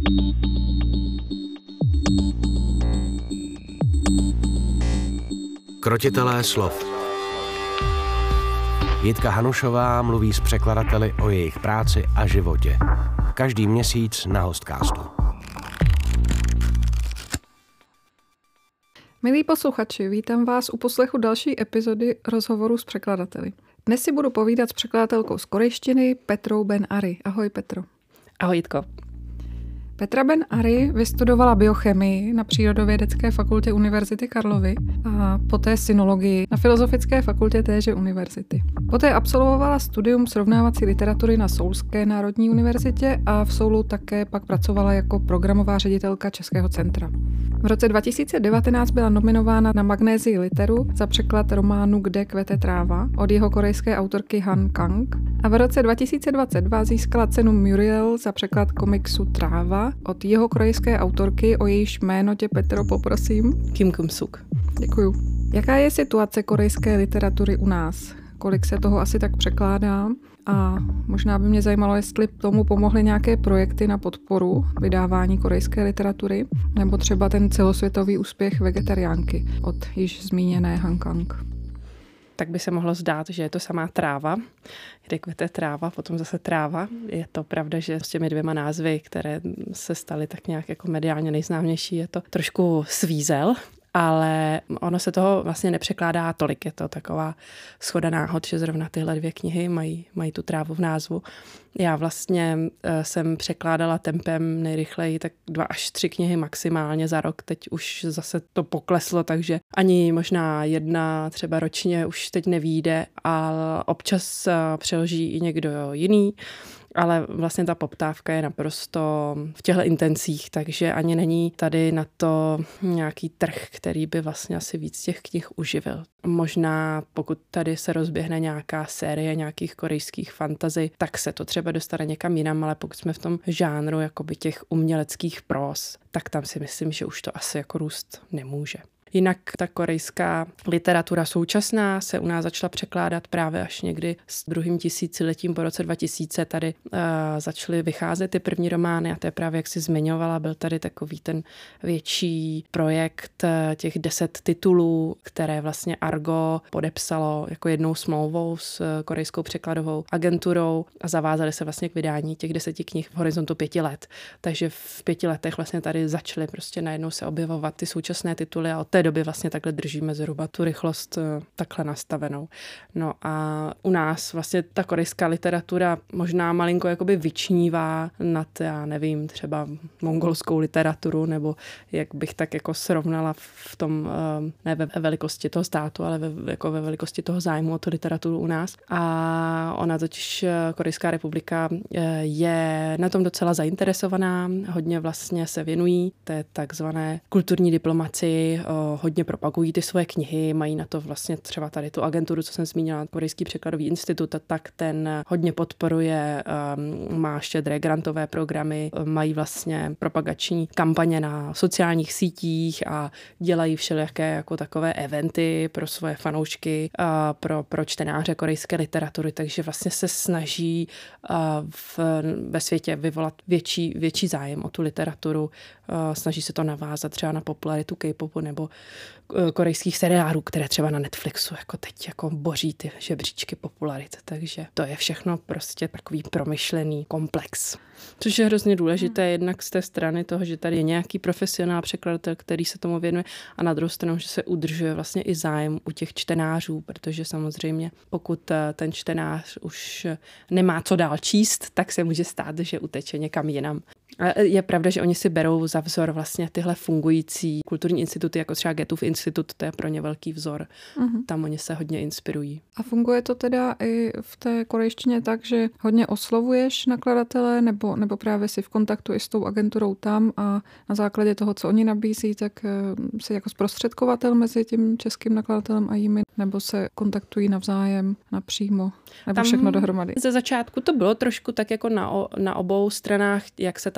Krotitelé slov. Jitka Hanušová mluví s překladateli o jejich práci a životě. Každý měsíc na Hostcastu. Milí posluchači, vítám vás u poslechu další epizody rozhovoru s překladateli. Dnes si budu povídat s překladatelkou z korejštiny Petrou Ben Ari. Ahoj Petro. Ahoj Jitko. Petra Ben Ari vystudovala biochemii na Přírodovědecké fakultě Univerzity Karlovy a poté sinologii na Filozofické fakultě téže univerzity. Poté absolvovala studium srovnávací literatury na Soulské národní univerzitě a v Soulu také pak pracovala jako programová ředitelka Českého centra. V roce 2019 byla nominována na Magnézii literu za překlad románu Kde kvete tráva od jihokorejské autorky Han Kang a v roce 2022 získala cenu Muriel za překlad komiksu Tráva od jihokorejské autorky, o jejíž jméno tě, Petro, poprosím. Kim Kum-suk. Děkuju. Jaká je situace korejské literatury u nás? Kolik se toho asi tak překládá? A možná by mě zajímalo, jestli tomu pomohly nějaké projekty na podporu vydávání korejské literatury, nebo třeba ten celosvětový úspěch Vegetariánky od již zmíněné Han Kang. Tak by se mohlo zdát, že je to samá tráva, kde kvete tráva, potom zase tráva. Je to pravda, že s těmi dvěma názvy, které se staly tak nějak jako mediálně nejznámější, je to trošku svízel, ale ono se toho vlastně nepřekládá tolik. Je to taková shoda náhod, že zrovna tyhle dvě knihy mají tu trávu v názvu. Já vlastně jsem překládala tempem nejrychleji tak 2 až 3 knihy maximálně za rok. Teď už zase to pokleslo, takže ani možná 1 třeba ročně už teď nevyjde a občas přeloží i někdo jiný. Ale vlastně ta poptávka je naprosto v těchto intencích, takže ani není tady na to nějaký trh, který by vlastně asi víc těch knih uživil. Možná pokud tady se rozběhne nějaká série nějakých korejských fantasy, tak se to třeba dostane někam jinam, ale pokud jsme v tom žánru jakoby těch uměleckých próz, tak tam si myslím, že už to asi jako růst nemůže. Jinak ta korejská literatura současná se u nás začala překládat právě až někdy s druhým tisíciletím po roce 2000. Tady začaly vycházet ty první romány a to je právě, jak jsi zmiňovala, byl tady takový ten větší projekt těch 10 titulů, které vlastně Argo podepsalo jako jednou smlouvou s korejskou překladovou agenturou a zavázali se vlastně k vydání těch 10 knih v horizontu 5 let. Takže v 5 letech vlastně tady začaly prostě najednou se objevovat ty současné tituly a od té doby vlastně takhle držíme zhruba tu rychlost takhle nastavenou. No a u nás vlastně ta korejská literatura možná malinko jakoby vyčnívá nad, já nevím, třeba mongolskou literaturu, nebo jak bych tak jako srovnala v tom, ne ve velikosti toho státu, ale jako ve velikosti toho zájmu o tu literaturu u nás. A ona totiž, Korejská republika, je na tom docela zainteresovaná, hodně vlastně se věnují té takzvané kulturní diplomacii, hodně propagují ty svoje knihy, mají na to vlastně třeba tady tu agenturu, co jsem zmínila, Korejský překladový institut, tak ten hodně podporuje, má štědré grantové programy, mají vlastně propagační kampaně na sociálních sítích a dělají všelijaké jako takové eventy pro svoje fanoušky, pro čtenáře korejské literatury, takže vlastně se snaží ve světě vyvolat větší zájem o tu literaturu, snaží se to navázat třeba na popularitu K-popu nebo korejských seriálů, které třeba na Netflixu jako teď jako boří ty žebříčky popularity. Takže to je všechno prostě takový promyšlený komplex. Což je hrozně důležité jednak z té strany toho, že tady je nějaký profesionál překladatel, který se tomu věnuje a na druhou stranu, že se udržuje vlastně i zájem u těch čtenářů, protože samozřejmě pokud ten čtenář už nemá co dál číst, tak se může stát, že uteče někam jinam. A je pravda, že oni si berou za vzor vlastně tyhle fungující kulturní instituty, jako třeba Goethův institut, to je pro ně velký vzor. Tam oni se hodně inspirují. A funguje to teda i v té korejštině tak, že hodně oslovuješ nakladatele, nebo právě si v kontaktu i s tou agenturou tam a na základě toho, co oni nabízí, tak si jako zprostředkovatel mezi tím českým nakladatelem a jimi, nebo se kontaktují navzájem napřímo, nebo tam všechno dohromady? Ze začátku to bylo trošku tak jako na obou stranách, jak se tam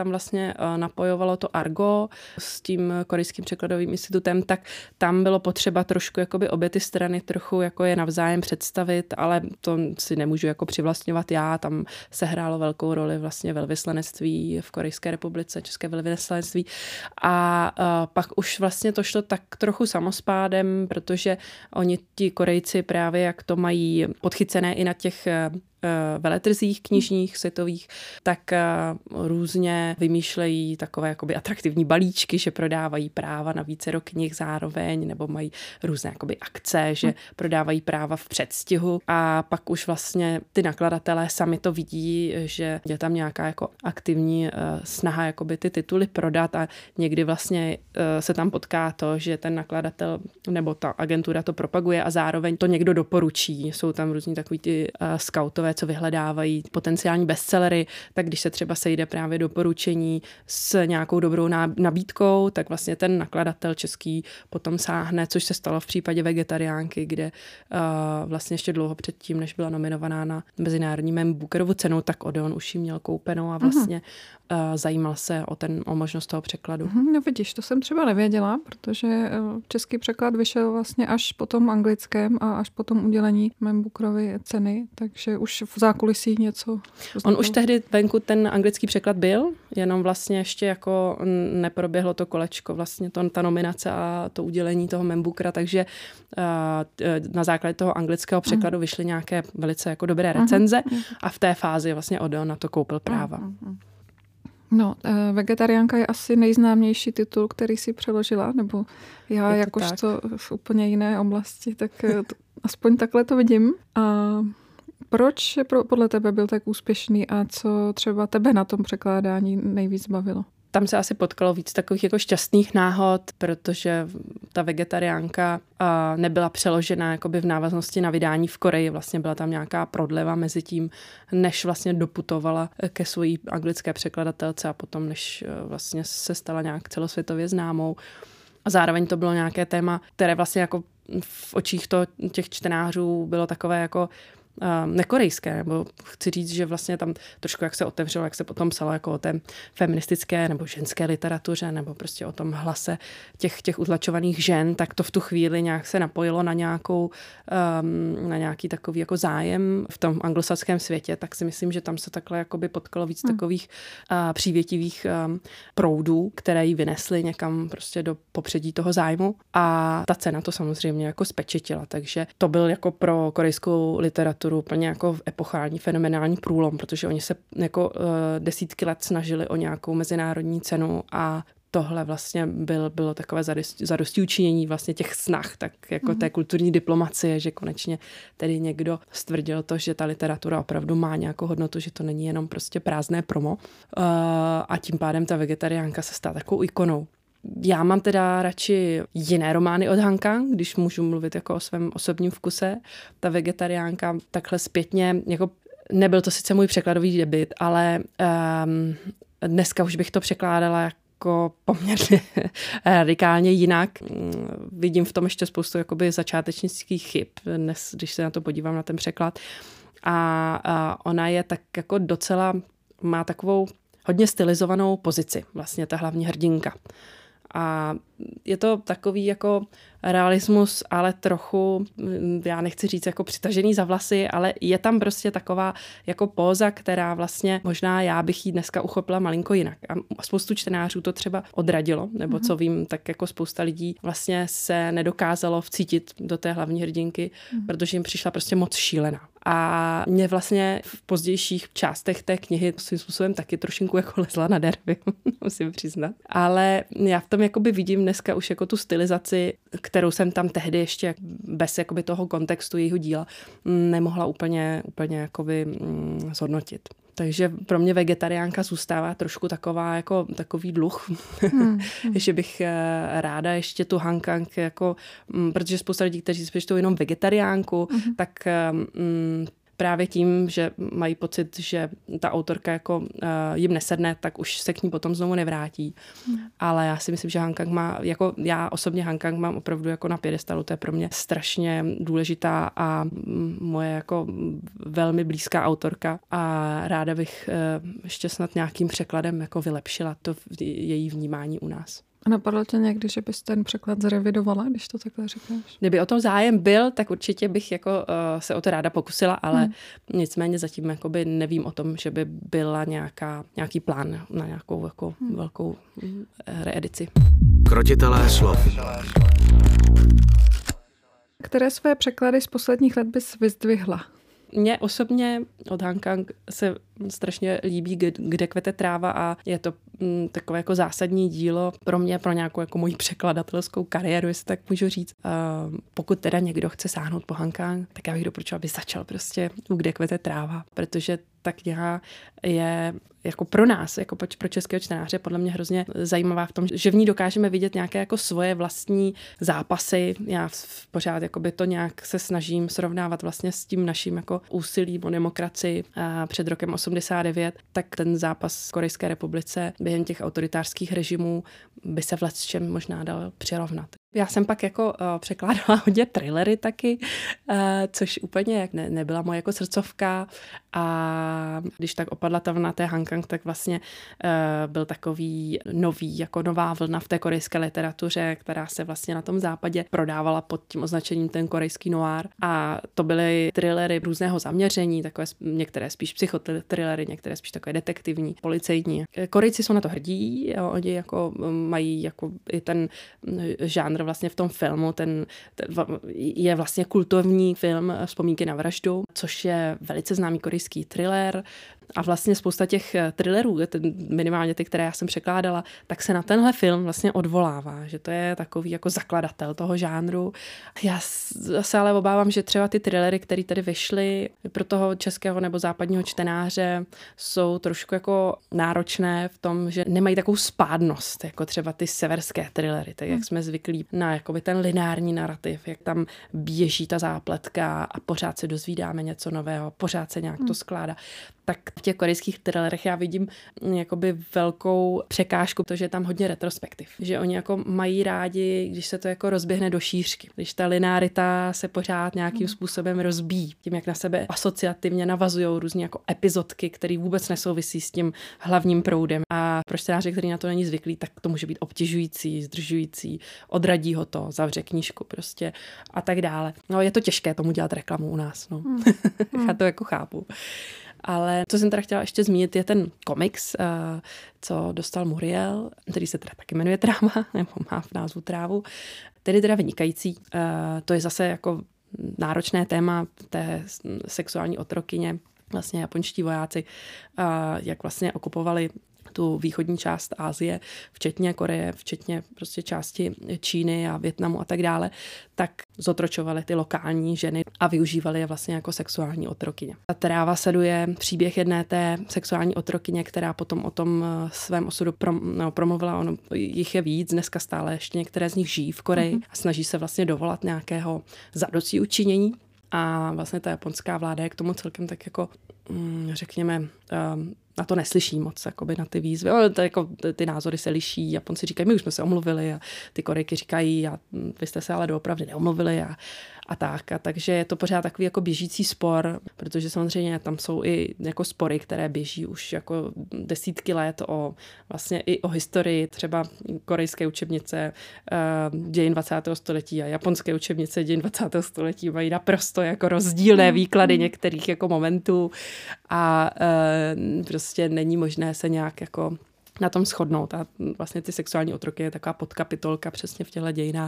tam vlastně napojovalo to Argo s tím korejským překladovým institutem, tak tam bylo potřeba trošku jakoby obě ty strany trochu jako je navzájem představit, ale to si nemůžu jako přivlastňovat já, tam se hrálo velkou roli vlastně velvyslanectví v Korejské republice, České velvyslanectví a pak už vlastně to šlo tak trochu samospádem, protože oni ti Korejci právě jak to mají podchycené i na těch veletrzích knižních světových, tak různě vymýšlejí takové jakoby atraktivní balíčky, že prodávají práva na vícero knih zároveň, nebo mají různé jakoby akce, že prodávají práva v předstihu a pak už vlastně ty nakladatelé sami to vidí, že je tam nějaká jako aktivní snaha jakoby ty tituly prodat a někdy vlastně se tam potká to, že ten nakladatel nebo ta agentura to propaguje a zároveň to někdo doporučí. Jsou tam různí takový ty skautové, co vyhledávají potenciální bestsellery, tak když se třeba sejde právě doporučení s nějakou dobrou nabídkou, tak vlastně ten nakladatel český potom sáhne, což se stalo v případě Vegetariánky, kde vlastně ještě dlouho předtím, než byla nominovaná na mezinárodní Man Bookerovu cenu, tak Odeon už ji měl koupenou a vlastně zajímal se o možnost toho překladu. No vidíš, to jsem třeba nevěděla, protože český překlad vyšel vlastně až po tom anglickém a až po tom udělení Man Bookerovy ceny, takže už v zákulisí něco. On už tehdy venku ten anglický překlad byl, jenom vlastně ještě jako neproběhlo to kolečko, vlastně ta nominace a to udělení toho Man Bookera, takže na základě toho anglického překladu vyšly nějaké velice jako dobré recenze a v té fázi vlastně Odeon na to koupil práva. No, Vegetariánka je asi nejznámější titul, který si přeložila, nebo já jakožto v úplně jiné oblasti, tak aspoň takhle to vidím. A proč podle tebe byl tak úspěšný a co třeba tebe na tom překládání nejvíc bavilo? Tam se asi potkalo víc takových jako šťastných náhod, protože ta Vegetariánka nebyla přeložena jakoby v návaznosti na vydání v Koreji. Vlastně byla tam nějaká prodleva mezi tím, než vlastně doputovala ke své anglické překladatelce a potom, než vlastně se stala nějak celosvětově známou. A zároveň to bylo nějaké téma, které vlastně jako v očích těch čtenářů bylo takové jako nekorejské, nebo chci říct, že vlastně tam trošku jak se otevřelo, jak se potom psalo jako o té feministické nebo ženské literatuře, nebo prostě o tom hlase těch utlačovaných žen, tak to v tu chvíli nějak se napojilo na na nějaký takový jako zájem v tom anglosaském světě, tak si myslím, že tam se takhle jakoby potkalo víc takových přívětivých proudů, které ji vynesly někam prostě do popředí toho zájmu a ta cena to samozřejmě jako spečetila, takže to byl jako pro korejskou literaturu úplně jako epochální, fenomenální průlom, protože oni se jako desítky let snažili o nějakou mezinárodní cenu a tohle vlastně bylo takové zadostiučinění vlastně těch snah, tak jako té kulturní diplomacie, že konečně tedy někdo stvrdil to, že ta literatura opravdu má nějakou hodnotu, že to není jenom prostě prázdné promo a tím pádem ta Vegetariánka se stala takovou ikonou. Já mám teda radši jiné romány od Hanka, když můžu mluvit jako o svém osobním vkuse. Ta Vegetariánka takhle zpětně, jako nebyl to sice můj překladový debut, ale dneska už bych to překládala jako poměrně radikálně jinak. Vidím v tom ještě spoustu jakoby začátečnických chyb, dnes, když se na to podívám na ten překlad. A ona je tak jako docela, má takovou hodně stylizovanou pozici, vlastně ta hlavní hrdinka. A je to takový jako realismus, ale trochu, já nechci říct jako přitažený za vlasy, ale je tam prostě taková jako póza, která vlastně možná já bych ji dneska uchopila malinko jinak. A spoustu čtenářů to třeba odradilo, nebo co vím, tak jako spousta lidí vlastně se nedokázalo vcítit do té hlavní hrdinky, protože jim přišla prostě moc šílená. A mě vlastně v pozdějších částech té knihy svým způsobem taky trošinku jako lezla na nervy, musím přiznat. Ale já v tom jakoby vidím dneska už jako tu stylizaci, kterou jsem tam tehdy ještě bez jakoby toho kontextu jejího díla nemohla úplně jakoby zhodnotit. Takže pro mě Vegetariánka zůstává trošku takový dluh, že bych ráda ještě tu Hankang, jako, protože spousta lidí, kteří si přečtou jenom Vegetariánku, tak právě tím, že mají pocit, že ta autorka jako jim nesedne, tak už se k ní potom znovu nevrátí. Ale já si myslím, že Han Kang má, jako já osobně Han Kang mám opravdu jako na piedestalu, to je pro mě strašně důležitá a moje jako velmi blízká autorka a ráda bych ještě snad nějakým překladem jako vylepšila to její vnímání u nás. A napadlo tě někdy, že bys ten překlad zrevidovala, když to takhle říkáš? Kdyby o tom zájem byl, tak určitě bych jako se o to ráda pokusila, ale nicméně zatím jakoby nevím o tom, že by byla nějaký plán na nějakou jako velkou reedici. Krotitelé slov. Které své překlady z posledních let bys vyzdvihla? Mně osobně od Han Kang se strašně líbí Kde kvete tráva a je to takové jako zásadní dílo pro mě, pro nějakou jako moji překladatelskou kariéru, jestli tak můžu říct. Pokud teda někdo chce sáhnout po Han Kang, tak já bych doporučila, aby začal prostě u Kde kvete tráva, protože ta kniha je jako pro nás, jako pro českého čtenáře, podle mě hrozně zajímavá v tom, že v ní dokážeme vidět nějaké jako svoje vlastní zápasy. Já pořád jakoby to nějak se snažím srovnávat vlastně s tím naším jako úsilím o demokracii před rokem 89, tak ten zápas v Korejské republice během těch autoritářských režimů by se v lecčem možná dal přirovnat. Já jsem pak jako překládala hodně thrillery taky, což úplně jak nebyla moje jako srdcovka a když tak opadla ta vlna té Han Kang, tak vlastně byl takový nová vlna v té korejské literatuře, která se vlastně na tom západě prodávala pod tím označením ten korejský noir a to byly thrillery různého zaměření, takové některé spíš psychotrillery, některé spíš takové detektivní, policejní. Korejci jsou na to hrdí, jo, oni jako mají jako i ten žánr vlastně v tom filmu, ten je vlastně kultovní film Vzpomínky na vraždu, což je velice známý korejský thriller a vlastně spousta těch thrillerů, minimálně ty, které já jsem překládala, tak se na tenhle film vlastně odvolává, že to je takový jako zakladatel toho žánru. Já se ale obávám, že třeba ty thrillery, které tady vyšly pro toho českého nebo západního čtenáře, jsou trošku jako náročné v tom, že nemají takovou spádnost, jako třeba ty severské thrillery, tak jak jsme zvyklí na jakoby ten lineární narrativ, jak tam běží ta zápletka a pořád se dozvídáme něco nového, pořád se nějak to skládá. Tak v těch korejských thrillerech já vidím jakoby velkou překážku, protože je tam hodně retrospektiv. Že oni jako mají rádi, když se to jako rozběhne do šířky. Když ta linearita se pořád nějakým způsobem rozbíjí. Tím, jak na sebe asociativně navazujou různé jako epizodky, které vůbec nesouvisí s tím hlavním proudem. A pro čtenáře, který na to není zvyklý, tak to může být obtěžující, zdržující, odradí ho to, zavře knížku prostě a tak dále. No je to těžké tomu dělat reklamu u nás, no. Já to jako chápu. Ale co jsem teda chtěla ještě zmínit, je ten komiks, co dostal Muriel, který se teda taky jmenuje Tráva, nebo má v názvu Trávu, tedy teda vynikající. To je zase jako náročné téma té sexuální otrokyně, vlastně japonští vojáci, jak vlastně okupovali tu východní část Asie, včetně Koreje, včetně prostě části Číny a Vietnamu a tak dále, tak zotročovali ty lokální ženy a využívali je vlastně jako sexuální otrokyně. Ta Tráva sleduje příběh jedné té sexuální otrokyně, která potom o tom svém osudu promluvila. Ono jich je víc, dneska stále ještě některé z nich žijí v Koreji a snaží se vlastně dovolat nějakého zadocíučinění. A vlastně ta japonská vláda je k tomu celkem tak jako, řekněme, na to neslyší moc, jakoby na ty výzvy. To jako, ty názory se liší, Japonci říkají, my už jsme se omluvili a ty Korejky říkají, vy jste se ale doopravdy neomluvili a tak. A takže je to pořád takový jako běžící spor, protože samozřejmě tam jsou i jako spory, které běží už jako desítky let vlastně i o historii, třeba korejské učebnice dějin 20. století a japonské učebnice dějin 20. století mají naprosto jako rozdílné výklady některých jako momentů a prostě není možné se nějak jako na tom shodnout. A vlastně ty sexuální otroky je taková podkapitolka přesně v těchto dějinách,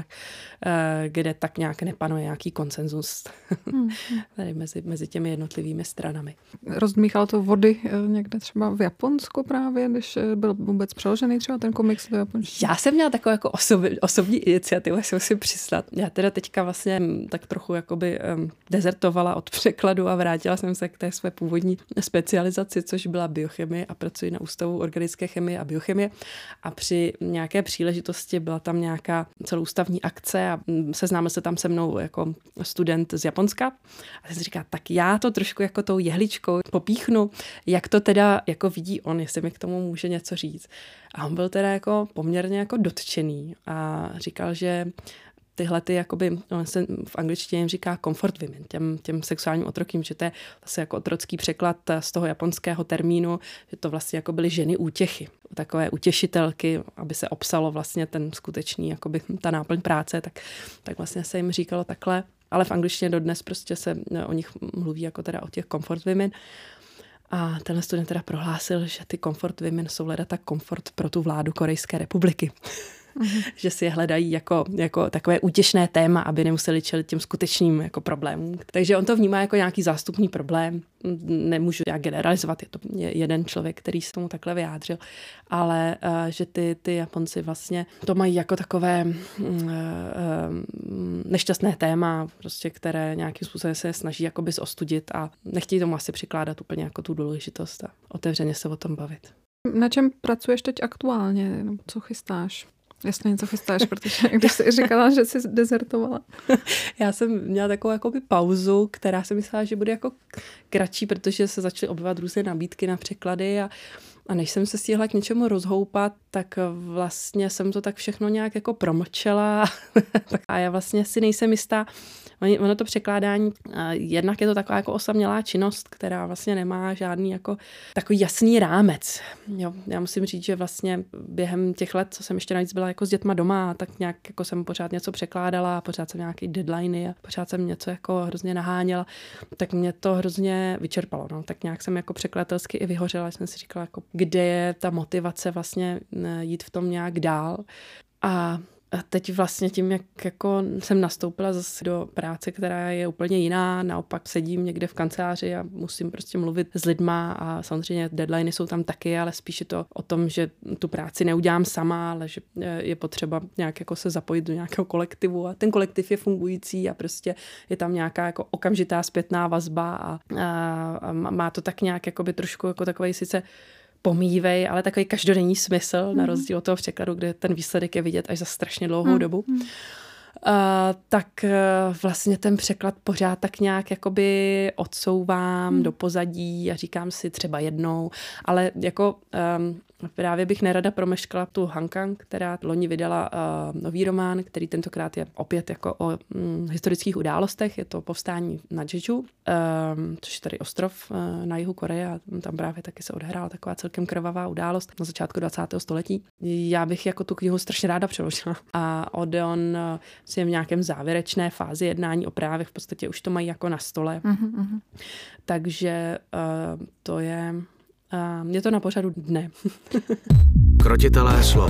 kde tak nějak nepanuje nějaký konsenzus tady mezi těmi jednotlivými stranami. Rozdmíchal to vody někde třeba v Japonsku právě, když byl vůbec přeložený třeba ten komiks do japonštiny? Já jsem měla takovou jako osobní iniciativu, jsem si přislat. Já teda teďka vlastně tak trochu jakoby dezertovala od překladu a vrátila jsem se k té své původní specializaci, což byla biochemie a pracuji na Ústavu organické chemie fyziologie a biochemie a při nějaké příležitosti byla tam nějaká celoústavní akce a seznámil se tam se mnou jako student z Japonska a jsem si říká, tak já to trošku jako tou jehličkou popíchnu, jak to teda jako vidí on, jestli mi k tomu může něco říct. A on byl teda jako poměrně jako dotčený a říkal, že tyhle ty, jakoby, on se v angličtině jim říká comfort women, těm sexuálním otrokým, že to je vlastně jako otrocký překlad z toho japonského termínu, že to vlastně jako byly ženy útěchy, takové utěšitelky, aby se obsalo vlastně ten skutečný, jakoby ta náplň práce, tak vlastně se jim říkalo takhle, ale v angličtině dodnes prostě se o nich mluví jako teda o těch comfort women. A tenhle student teda prohlásil, že ty comfort women jsou leda tak komfort pro tu vládu Korejské republiky. Že si je hledají jako takové útěšné téma, aby nemuseli čelit těm skutečným jako problémům. Takže on to vnímá jako nějaký zástupný problém. Nemůžu já generalizovat, je to jeden člověk, který se tomu takhle vyjádřil, ale že ty Japonci vlastně to mají jako takové nešťastné téma, prostě, které nějakým způsobem se snaží jakoby zostudit a nechtějí tomu asi přikládat úplně jako tu důležitost a otevřeně se o tom bavit. Na čem pracuješ teď aktuálně? Nebo co chystáš? Jestli něco chystáš, protože když jsi říkala, že jsi dezertovala. Já jsem měla takovou jakoby pauzu, která se myslela, že bude jako kratší, protože se začaly objevovat různé nabídky na překlady a než jsem se stihla k něčemu rozhoupat, tak vlastně jsem to tak všechno nějak jako promlčela a já vlastně si nejsem jistá. Ono to překládání, jednak je to taková jako osamělá činnost, která vlastně nemá žádný jako takový jasný rámec. Jo, já musím říct, že vlastně během těch let, co jsem ještě navíc byla jako s dětma doma, tak nějak jako jsem pořád něco překládala, pořád jsem nějaký deadliny a pořád jsem něco jako hrozně naháněla, tak mě to hrozně vyčerpalo. No. Tak nějak jsem jako překladatelsky i vyhořela, jsem si říkala, jako, kde je ta motivace vlastně jít v tom nějak dál. A teď vlastně tím, jak jako jsem nastoupila zase do práce, která je úplně jiná, naopak sedím někde v kanceláři a musím prostě mluvit s lidma a samozřejmě deadliny jsou tam taky, ale spíš je to o tom, že tu práci neudělám sama, ale že je potřeba nějak jako se zapojit do nějakého kolektivu a ten kolektiv je fungující a prostě je tam nějaká jako okamžitá zpětná vazba a má to tak nějak jakoby trošku jako takovej sice pomývej, ale takový každodenní smysl, na rozdíl od toho překladu, kde ten výsledek je vidět až za strašně dlouhou dobu. Tak vlastně ten překlad pořád tak nějak jakoby odsouvám do pozadí a říkám si třeba jednou, ale jako právě bych nerada promeškala tu Hankang, která loni vydala nový román, který tentokrát je opět jako o historických událostech. Je to povstání na Jeju, což je tady ostrov na jihu Koreje a tam právě taky se odehrála taková celkem krvavá událost na začátku 20. století. Já bych jako tu knihu strašně ráda přeložila. A Odeon je v nějakém závěrečné fázi jednání o právech, v podstatě už to mají jako na stole. Takže to je to na pořadu dne. Krotitelé slov.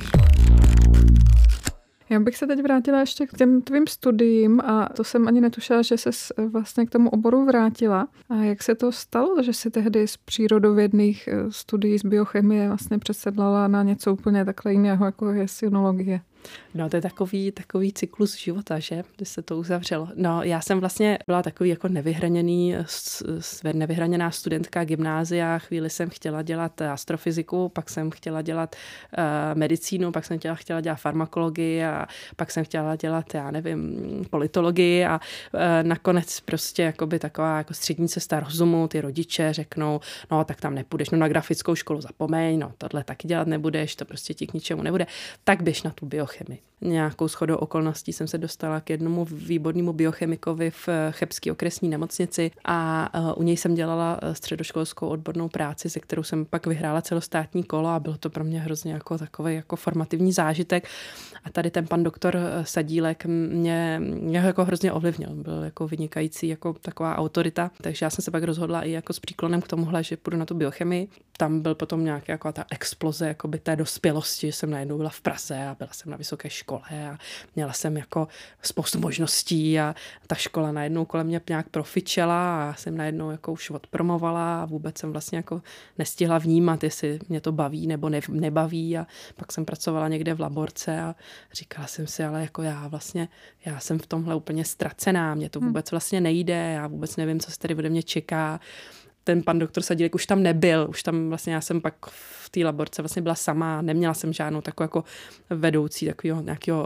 Já bych se teď vrátila ještě k těm tvým studiím a to jsem ani netušila, že ses vlastně k tomu oboru vrátila. A jak se to stalo, že si tehdy z přírodovědných studií z biochemie vlastně přesedlala na něco úplně takhle jiného, jako je synologie? No, to je takový cyklus života, že? Když se to uzavřelo. No, já jsem vlastně byla takový jako nevyhraněná studentka gymnázia. Chvíli jsem chtěla dělat astrofyziku, pak jsem chtěla dělat medicínu, pak jsem chtěla dělat farmakologii a pak jsem chtěla dělat, já nevím, politologii a nakonec prostě jakoby taková jako střední cesta rozumu, ty rodiče řeknou, no tak tam nepůjdeš, no na grafickou školu zapomeň, no tohle taky dělat nebudeš, to prostě ti k ničemu nebude, tak běž na tu biochemii. Nějakou shodou okolností jsem se dostala k jednomu výbornému biochemikovi v Chebské okresní nemocnici a u něj jsem dělala středoškolskou odbornou práci, se kterou jsem pak vyhrála celostátní kolo a bylo to pro mě hrozně jako takový jako formativní zážitek. A tady ten pan doktor Sadílek mě jako hrozně ovlivnil. Byl jako vynikající, jako taková autorita. Takže já jsem se pak rozhodla i jako s příklonem k tomuhle, že půjdu na tu biochemii. Tam byl potom nějaká jako ta exploze jakoby té dospělosti, že jsem najednou byla v Praze a byla jsem na vysoké škole a měla jsem jako spoustu možností a ta škola najednou kolem mě nějak profičela a jsem najednou jako už odpromovala a vůbec jsem vlastně jako nestihla vnímat, jestli mě to baví nebo nebaví a pak jsem pracovala někde v laborce a říkala jsem si, ale jako já jsem v tomhle úplně ztracená, mě to vůbec vlastně nejde, já vůbec nevím, co se tady ode mě čeká. ten pan doktor Sadílek už tam nebyl, už tam vlastně já jsem pak v té laborce vlastně byla sama, neměla jsem žádnou takovou jako vedoucí, takového nějakého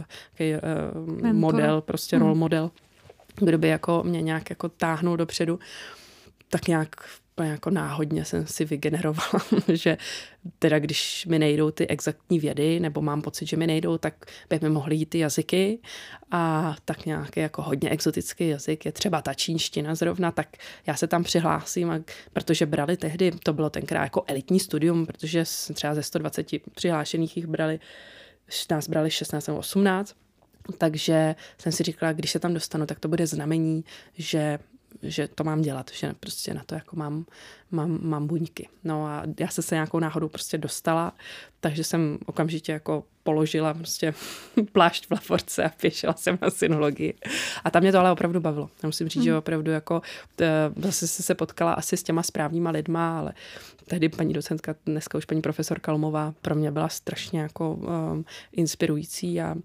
model, prostě role model, kdo by jako mě nějak jako táhnul dopředu, tak nějak jako náhodně jsem si vygenerovala, že teda když mi nejdou ty exaktní vědy, nebo mám pocit, že mi nejdou, tak by mi mohly jít ty jazyky a tak nějaký jako hodně exotický jazyk je třeba ta čínština zrovna, tak já se tam přihlásím, protože brali tehdy, to bylo tenkrát jako elitní studium, protože třeba ze 120 přihlášených jich nás brali 16 nebo 18, takže jsem si říkala, když se tam dostanu, tak to bude znamení, že to mám dělat, že prostě na to jako mám buňky. No a já jsem se nějakou náhodou prostě dostala, takže jsem okamžitě jako položila prostě plášť v laborce a pěšela jsem na synologii. A tam mě to ale opravdu bavilo. Já musím říct, že opravdu jako zase se potkala asi s těma správnýma lidma, ale tehdy paní docentka, dneska už paní profesorka Lomová, pro mě byla strašně jako inspirující a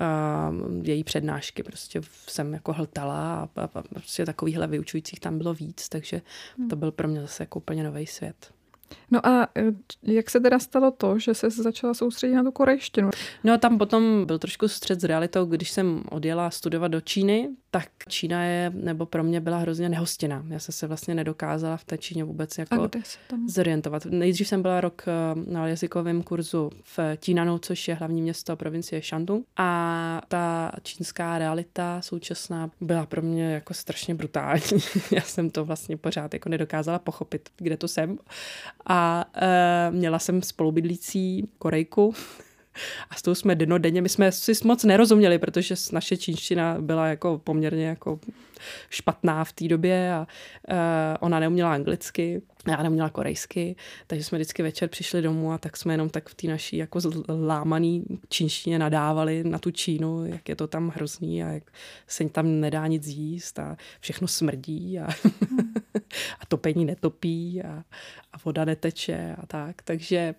její přednášky prostě jsem jako hltala a prostě takovýchhle vyučujících tam bylo víc, takže to byl pro mě zase jako úplně nový svět. No a jak se teda stalo to, že se začala soustředit na tu korejštinu? No tam potom byl trošku střet s realitou, když jsem odjela studovat do Číny, tak Čína nebo pro mě byla hrozně nehostinná. Já jsem se vlastně nedokázala v té Číně vůbec jako zorientovat. Nejdřív jsem byla rok na jazykovém kurzu v Tínanu, což je hlavní město provincie Shandong, a ta čínská realita současná byla pro mě jako strašně brutální. Já jsem to vlastně pořád jako nedokázala pochopit, kde to jsem. A měla jsem spolubydlící Korejku a s tou jsme dennodenně, my jsme si moc nerozuměli, protože naše čínština byla jako poměrně jako špatná v té době a ona neuměla anglicky, já neuměla korejsky, takže jsme vždycky večer přišli domů a tak jsme jenom tak v té naší jako lámaný čínštině nadávali na tu Čínu, jak je to tam hrozný a jak se tam nedá nic jíst a všechno smrdí a topení netopí a voda neteče a tak, takže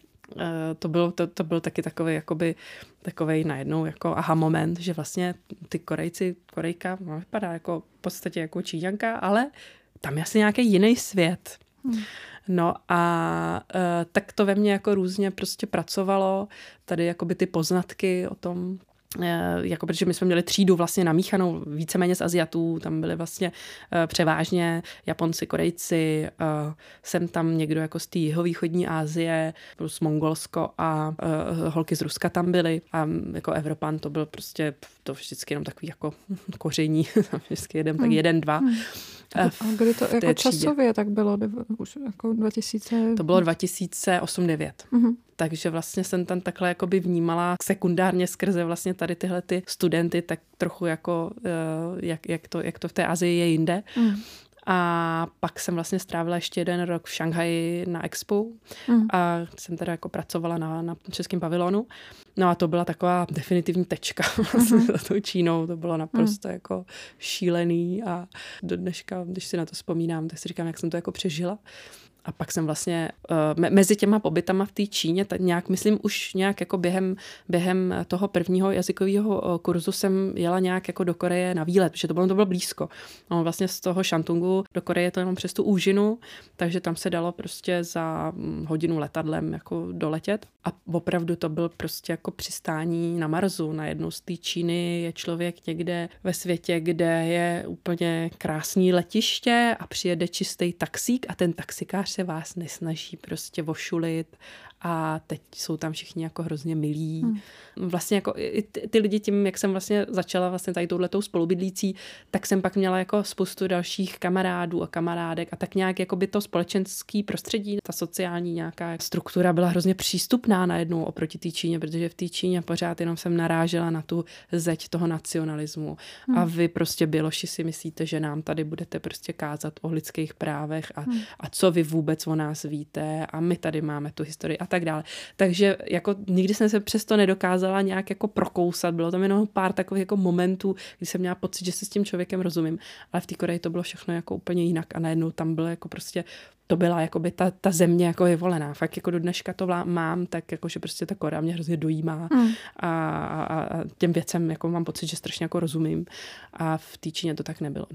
to byl taky takovej najednou jako aha moment, že vlastně ty Korejka vypadá jako v podstatě jako Číňanka, ale tam je asi nějaký jiný svět. No a tak to ve mně jako různě prostě pracovalo, tady jakoby ty poznatky o tom, jako protože my jsme měli třídu vlastně namíchanou víceméně z Aziatů, tam byli vlastně převážně Japonci, Korejci, jsem tam někdo jako z té jihovýchodní Asie, plus Mongolsko a holky z Ruska tam byly a jako Evropan to byl prostě to vždycky jenom takový jako koření, vždycky jeden, dva. A kdy to jako časově tak bylo? Už jako 2000? To bylo 2008-2009. Takže vlastně jsem tam takhle jakoby vnímala sekundárně skrze vlastně tady tyhle ty studenty, tak trochu jako jak to v té Asii je jinde. A pak jsem vlastně strávila ještě 1 rok v Šanghaji na Expo a jsem teda jako pracovala na českém pavilonu. No a to byla taková definitivní tečka vlastně za tou Čínou. To bylo naprosto jako šílený a do dneška, když si na to vzpomínám, tak si říkám, jak jsem to jako přežila. A pak jsem vlastně mezi těma pobytama v té Číně, nějak, myslím, už nějak jako během toho prvního jazykového kurzu jsem jela nějak jako do Koreje na výlet, protože to bylo blízko. No, vlastně z toho Shantungu do Koreje to jenom přes tu úžinu, takže tam se dalo prostě za hodinu letadlem jako doletět. A opravdu to byl prostě jako přistání na Marsu. Najednou z té Číny je člověk někde ve světě, kde je úplně krásný letiště a přijede čistý taxík a ten taxikář se vás nesnaží prostě vošulit a teď jsou tam všichni jako hrozně milí. Vlastně jako i ty lidi tím, jak jsem vlastně začala vlastně tady touhletou spolubydlící, tak jsem pak měla jako spoustu dalších kamarádů a kamarádek a tak nějak jako by to společenský prostředí, ta sociální nějaká struktura byla hrozně přístupná najednou oproti té Číně, protože v té Číně pořád jenom jsem narážela na tu zeď toho nacionalismu. A vy prostě Běloši si myslíte, že nám tady budete prostě kázat o lidských právech a co vy vůbec o nás víte a my tady máme tu historii a tak dále. Takže jako nikdy jsem se přesto nedokázala nějak jako prokousat. Bylo tam jenom pár takových jako momentů, kdy jsem měla pocit, že si s tím člověkem rozumím. Ale v té Koreji to bylo všechno jako úplně jinak a najednou tam bylo jako prostě to byla jakoby ta země jako vyvolená. Fakt jako do dneška to mám, tak jako, že prostě ta Korea mě hrozně dojímá a těm věcem jako mám pocit, že strašně jako rozumím. A v té Číně to tak nebylo. No.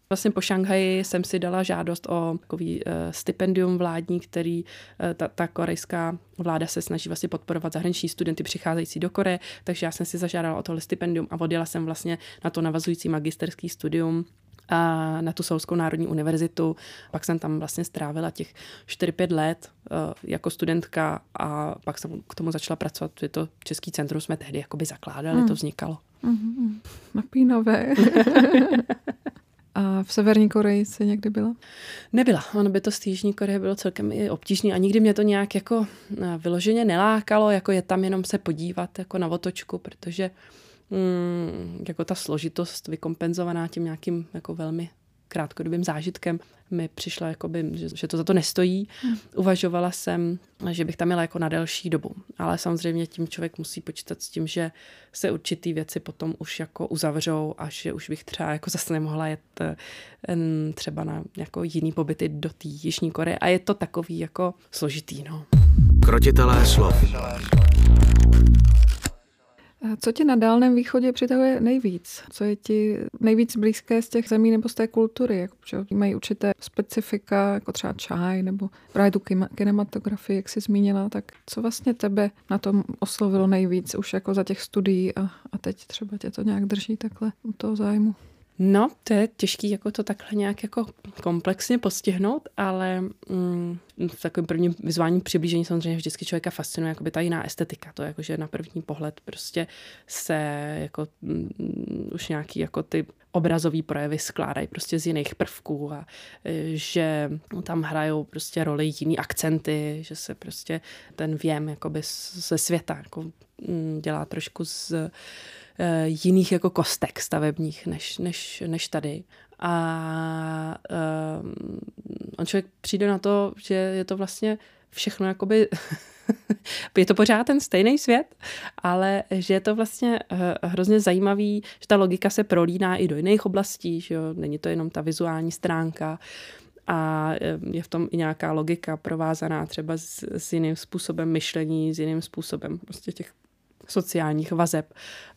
Vlastně po Šanghaji jsem si dala žádost o takový stipendium vládní, který ta korejská vláda se snaží vlastně podporovat zahraniční studenty přicházející do Koreje, takže já jsem si zažádala o tohle stipendium a odjela jsem vlastně na to navazující magisterský studium a na tu Seoulskou národní univerzitu. Pak jsem tam vlastně strávila těch 4-5 let jako studentka a pak jsem k tomu začala pracovat. Je to Český centrum, jsme tehdy jakoby zakládali, to vznikalo. Napínavé. A v Severní Koreji jsi někdy byla? Nebyla. Ono by to z Jižní Koreje bylo celkem i obtížné a nikdy mě to nějak jako vyloženě nelákalo, jako je tam jenom se podívat jako na otočku, protože jako ta složitost vykompenzovaná tím nějakým jako velmi krátkodobým zážitkem mi přišla, jakoby, že to za to nestojí. Uvažovala jsem, že bych tam jela jako na delší dobu. Ale samozřejmě tím člověk musí počítat s tím, že se určitý věci potom už jako uzavřou a že už bych třeba jako zase nemohla jet třeba na jako jiný pobyty do té Jižní Koreje. A je to takový jako složitý, no. Krotitelé slov. Co ti na Dálném východě přitahuje nejvíc? Co je ti nejvíc blízké z těch zemí nebo z té kultury? Jako, že mají určité specifika, jako třeba čaj nebo právě tu kinematografii, jak jsi zmínila, tak co vlastně tebe na tom oslovilo nejvíc už jako za těch studií a teď třeba tě to nějak drží takhle u toho zájmu? No, to je těžký jako to takhle nějak jako komplexně postihnout, ale v takovém prvním vizuálním přiblížení samozřejmě vždycky člověka fascinuje jakoby ta jiná estetika. To jako, že na první pohled prostě se jako už nějaký jako ty obrazový projevy skládají prostě z jiných prvků a že tam hrajou prostě roli jiný akcenty, že se prostě ten věm jakoby ze světa jako dělá trošku z jiných jako kostek stavebních než tady. A on člověk přijde na to, že je to vlastně všechno jakoby je to pořád ten stejný svět, ale že je to vlastně hrozně zajímavý, že ta logika se prolíná i do jiných oblastí, že jo? Není to jenom ta vizuální stránka a je v tom i nějaká logika provázaná třeba s jiným způsobem myšlení, s jiným způsobem prostě těch sociálních vazeb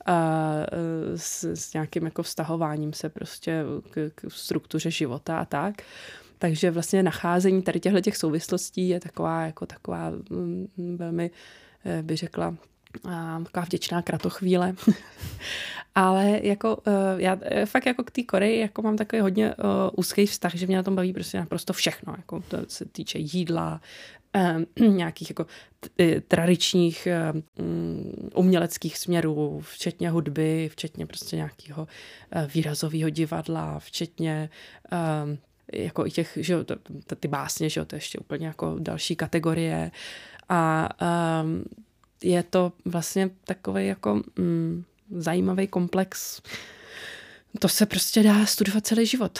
s nějakým jako vztahováním se prostě k struktuře života a tak. Takže vlastně nacházení tady těch souvislostí je taková velmi, bych řekla, taková vděčná kratochvíle. Ale jako já fakt jako k té Koreji jako mám takový hodně úzký vztah, že mě na tom baví prostě naprosto všechno. Jako to se týče jídla, nějakých jako tradičních uměleckých směrů, včetně hudby, včetně prostě nějakého výrazového divadla, včetně jako i těch, že jo, ty básně, že jo, to je ještě úplně jako další kategorie. A je to vlastně takový jako zajímavý komplex. To se prostě dá studovat celý život.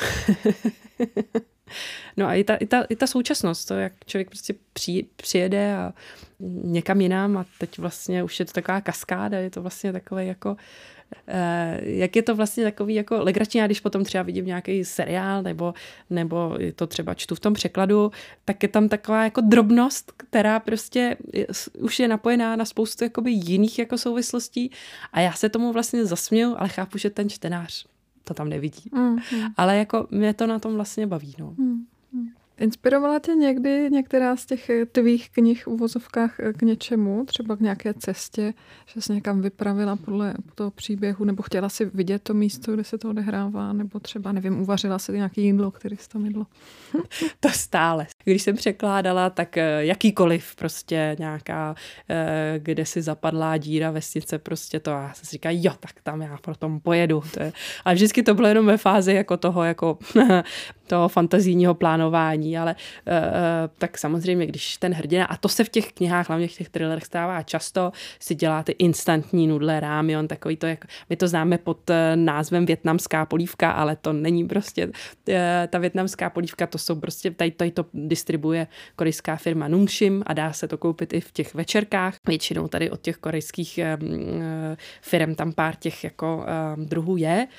No a i ta současnost, to, jak člověk prostě přijede a někam jinam a teď vlastně už je to taková kaskáda, je to vlastně takové jako jak je to vlastně takový jako legrační, já když potom třeba vidím nějaký seriál nebo to třeba čtu v tom překladu, tak je tam taková jako drobnost, která prostě už je napojená na spoustu jakoby jiných jako souvislostí a já se tomu vlastně zasměju, ale chápu, že ten čtenář to tam nevidí. Ale jako mě to na tom vlastně baví. No. Inspirovala tě někdy některá z těch tvých knih v uvozovkách k něčemu, třeba k nějaké cestě, že jsi někam vypravila podle toho příběhu, nebo chtěla si vidět to místo, kde se to odehrává, nebo třeba, nevím, uvařila si nějaké jídlo, které jsi tam jedlo? To stále. Když jsem překládala, tak jakýkoliv prostě nějaká, kde si zapadlá díra vesnice, prostě to a se říká, jo, tak tam já potom pojedu. Ale vždycky to bylo jenom ve fázi jako toho fantazijního plánování, ale tak samozřejmě, když ten hrdina, a to se v těch knihách, hlavně v těch thrillerech stává často, si dělá ty instantní nudle rámion, takový to, jak my to známe pod názvem vietnamská polívka, ale to není prostě ta vietnamská polívka, to jsou prostě, tady to distribuje korejská firma Nongshim a dá se to koupit i v těch večerkách. Většinou tady od těch korejských firm tam pár těch jako druhů je.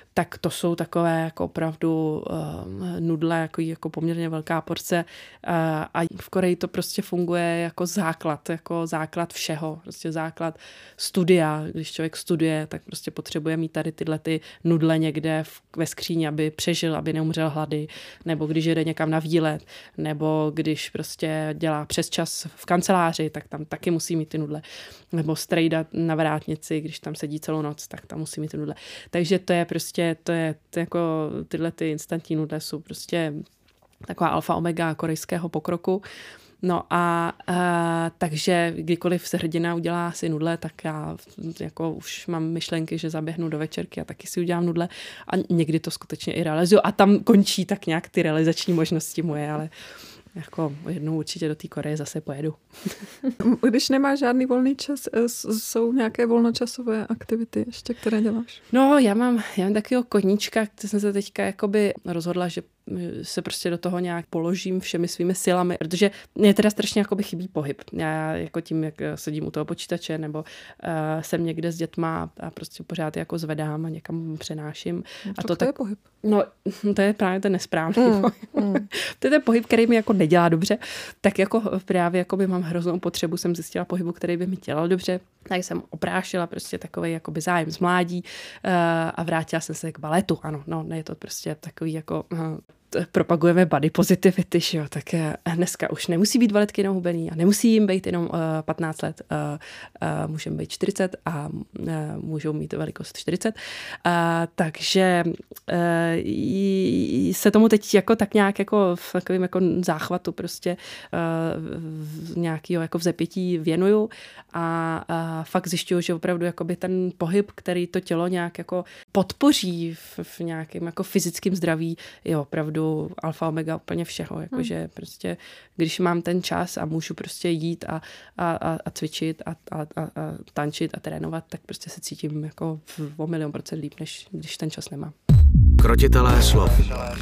tak to jsou takové jako opravdu nudle, jako poměrně velká porce a v Koreji to prostě funguje jako základ všeho, prostě základ studia. Když člověk studuje, tak prostě potřebuje mít tady tyhle ty nudle někde ve skříni, aby přežil, aby neumřel hlady, nebo když jede někam na výlet, nebo když prostě dělá přesčas v kanceláři, tak tam taky musí mít ty nudle. Nebo strejda na vrátnici, když tam sedí celou noc, tak tam musí mít ty nudle. Takže to je prostě, to je jako tyhle ty instantní nudle jsou prostě taková alfa omega korejského pokroku. No a takže kdykoliv se hrdina udělá si nudle, tak já jako už mám myšlenky, že zaběhnu do večerky a taky si udělám nudle a někdy to skutečně i realizuju a tam končí tak nějak ty realizační možnosti moje, ale jako jednou určitě do té Koreje zase pojedu. Když nemáš žádný volný čas, jsou nějaké volnočasové aktivity ještě, které děláš? No, já mám takového koníčka, který jsem se teďka jakoby rozhodla, že se prostě do toho nějak položím všemi svými silami, protože mě teda strašně jakoby chybí pohyb. Já jako tím, jak sedím u toho počítače, nebo jsem někde s dětma a prostě pořád jako zvedám a někam přenáším. A to je pohyb. No, to je právě ten nesprávný pohyb. To je ten pohyb, který mi jako nedělá dobře, tak jako právě jakoby mám hroznou potřebu, jsem zjistila pohybu, který by mi dělal dobře, tak jsem oprášila prostě takový jakoby zájem z mládí a vrátila jsem se k baletu. Ano, no, je to prostě takový jako propagujeme body positivity, jo, tak dneska už nemusí být baletky jenom hubený a nemusí jim být jenom 15 let, můžeme být 40 a můžou mít velikost 40. Takže se tomu teď jako tak nějak jako v takovém jako záchvatu prostě nějakého jako vzepětí věnuju a fakt zjišťuju, že opravdu jakoby ten pohyb, který to tělo nějak jako podpoří v nějakém jako fyzickém zdraví, je opravdu alfa omega úplně všeho, jakože prostě, když mám ten čas a můžu prostě jít a cvičit a tančit a trénovat, tak prostě se cítím jako o 1,000,000% líp, než když ten čas nemám. Krotitelé slov.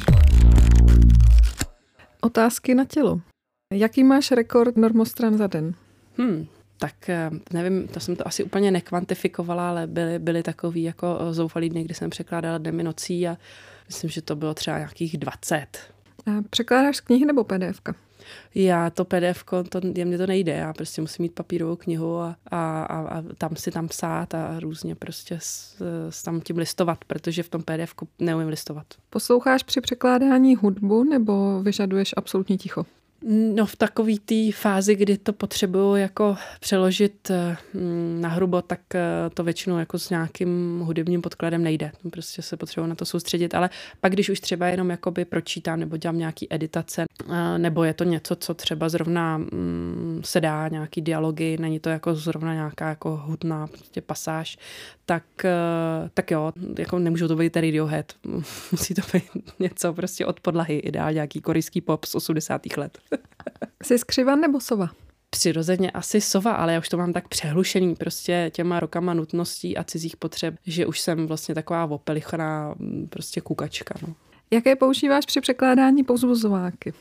Otázky na tělo. Jaký máš rekord normostran za den? Tak nevím, to jsem to asi úplně nekvantifikovala, ale byly takový jako zoufalý dny, kdy jsem překládala dny nocí a myslím, že to bylo třeba nějakých 20. A překládáš z knihy nebo PDFka? Já to PDFko, mně to nejde, já prostě musím mít papírovou knihu a tam psát a různě prostě tam tím listovat, protože v tom PDFku neumím listovat. Posloucháš při překládání hudbu nebo vyžaduješ absolutní ticho? No v takové té fázi, kdy to potřebuju jako přeložit na hrubo, tak to většinou jako s nějakým hudebním podkladem nejde. Prostě se potřebuji na to soustředit, ale pak když už třeba jenom jakoby pročítám nebo dělám nějaký editace, nebo je to něco, co třeba zrovna se dá, nějaký dialogy, není to jako zrovna nějaká jako hudná prostě pasáž, tak jo, jako nemůžu to být Radiohead. Musí to být něco prostě od podlahy, ideálně nějaký korejský pop z 80. let. Jsi skřivan nebo sova? Přirozeně asi sova, ale já už to mám tak přehlušený prostě těma rokama nutností a cizích potřeb, že už jsem vlastně taková opelichaná prostě kukačka. No. Jaké používáš při překládání povzbuzováky?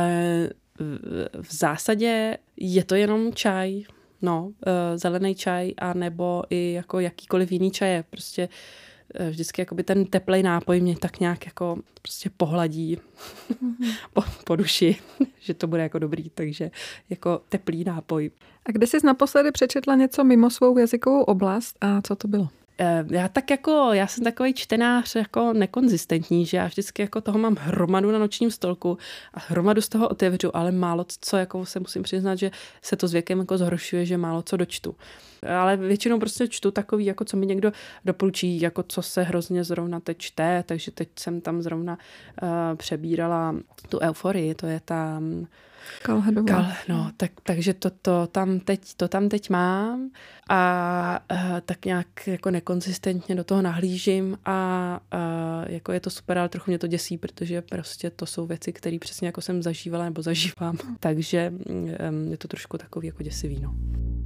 V zásadě je to jenom čaj, zelený čaj, a nebo i jako jakýkoliv jiný čaje. Prostě vždycky jakoby ten teplej nápoj mě tak nějak jako prostě pohladí po duši, že to bude jako dobrý, takže jako teplý nápoj. A kde jsi naposledy přečetla něco mimo svou jazykovou oblast a co to bylo? Já jsem takový čtenář jako nekonzistentní, že já vždycky jako toho mám hromadu na nočním stolku a hromadu z toho otevřu, ale málo co jako se musím přiznat, že se to s věkem jako zhoršuje, že málo co dočtu. Ale většinou prostě čtu takový, jako co mi někdo doporučí, jako co se hrozně zrovna teď čte, takže teď jsem tam zrovna přebírala tu Euforii, to je ta Kalhedová. Takže to tam teď mám a tak nějak jako nekonzistentně do toho nahlížím a jako je to super, ale trochu mě to děsí, protože prostě to jsou věci, které přesně jako jsem zažívala nebo zažívám, takže je to trošku takový jako děsivý, no.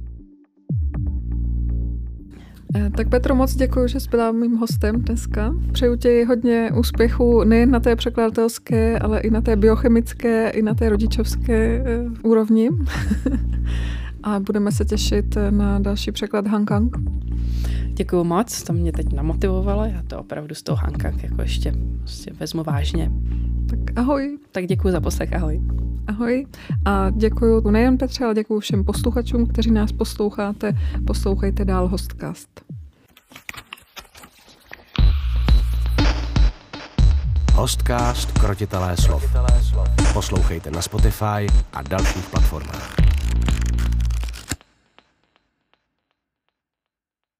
Tak Petro, moc děkuji, že jsi byla mým hostem dneska. Přeju ti hodně úspěchů nejen na té překladatelské, ale i na té biochemické, i na té rodičovské úrovni. A budeme se těšit na další překlad Hang Kang. Děkuju moc, to mě teď namotivovalo, já to opravdu z toho Hankang jako ještě vezmu vážně. Tak ahoj. Tak děkuju za poslech, ahoj. Ahoj a děkuju nejen Petře, ale děkuju všem posluchačům, kteří nás posloucháte. Poslouchejte dál Hostcast. Hostcast, krotitelé slov. Poslouchejte na Spotify a dalších platformách.